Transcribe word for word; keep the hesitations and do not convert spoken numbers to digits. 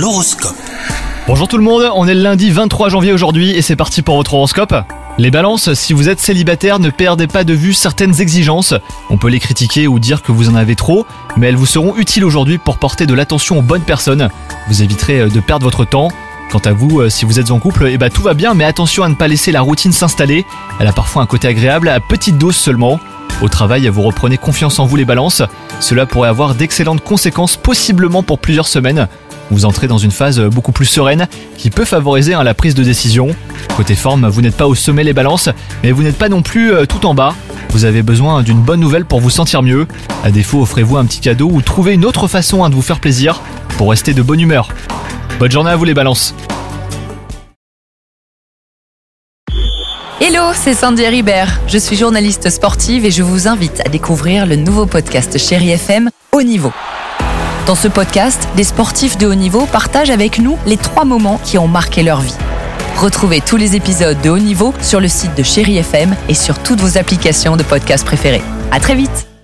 L'horoscope. Bonjour tout le monde, on est le lundi vingt-trois janvier aujourd'hui et c'est parti pour votre horoscope. Les balances, si vous êtes célibataire, ne perdez pas de vue certaines exigences. On peut les critiquer ou dire que vous en avez trop, mais elles vous seront utiles aujourd'hui pour porter de l'attention aux bonnes personnes. Vous éviterez de perdre votre temps. Quant à vous, si vous êtes en couple, eh ben tout va bien, mais attention à ne pas laisser la routine s'installer. Elle a parfois un côté agréable, à petite dose seulement. Au travail, vous reprenez confiance en vous les balances. Cela pourrait avoir d'excellentes conséquences, possiblement pour plusieurs semaines. Vous entrez dans une phase beaucoup plus sereine qui peut favoriser hein, la prise de décision. Côté forme, vous n'êtes pas au sommet les balances, mais vous n'êtes pas non plus euh, tout en bas. Vous avez besoin d'une bonne nouvelle pour vous sentir mieux. À défaut, offrez-vous un petit cadeau ou trouvez une autre façon hein, de vous faire plaisir pour rester de bonne humeur. Bonne journée à vous les balances. Hello, c'est Sandy Ribert. Je suis journaliste sportive et je vous invite à découvrir le nouveau podcast Chérie F M, Haut Niveau. Dans ce podcast, des sportifs de haut niveau partagent avec nous les trois moments qui ont marqué leur vie. Retrouvez tous les épisodes de Haut Niveau sur le site de Chérie F M et sur toutes vos applications de podcast préférées. À très vite.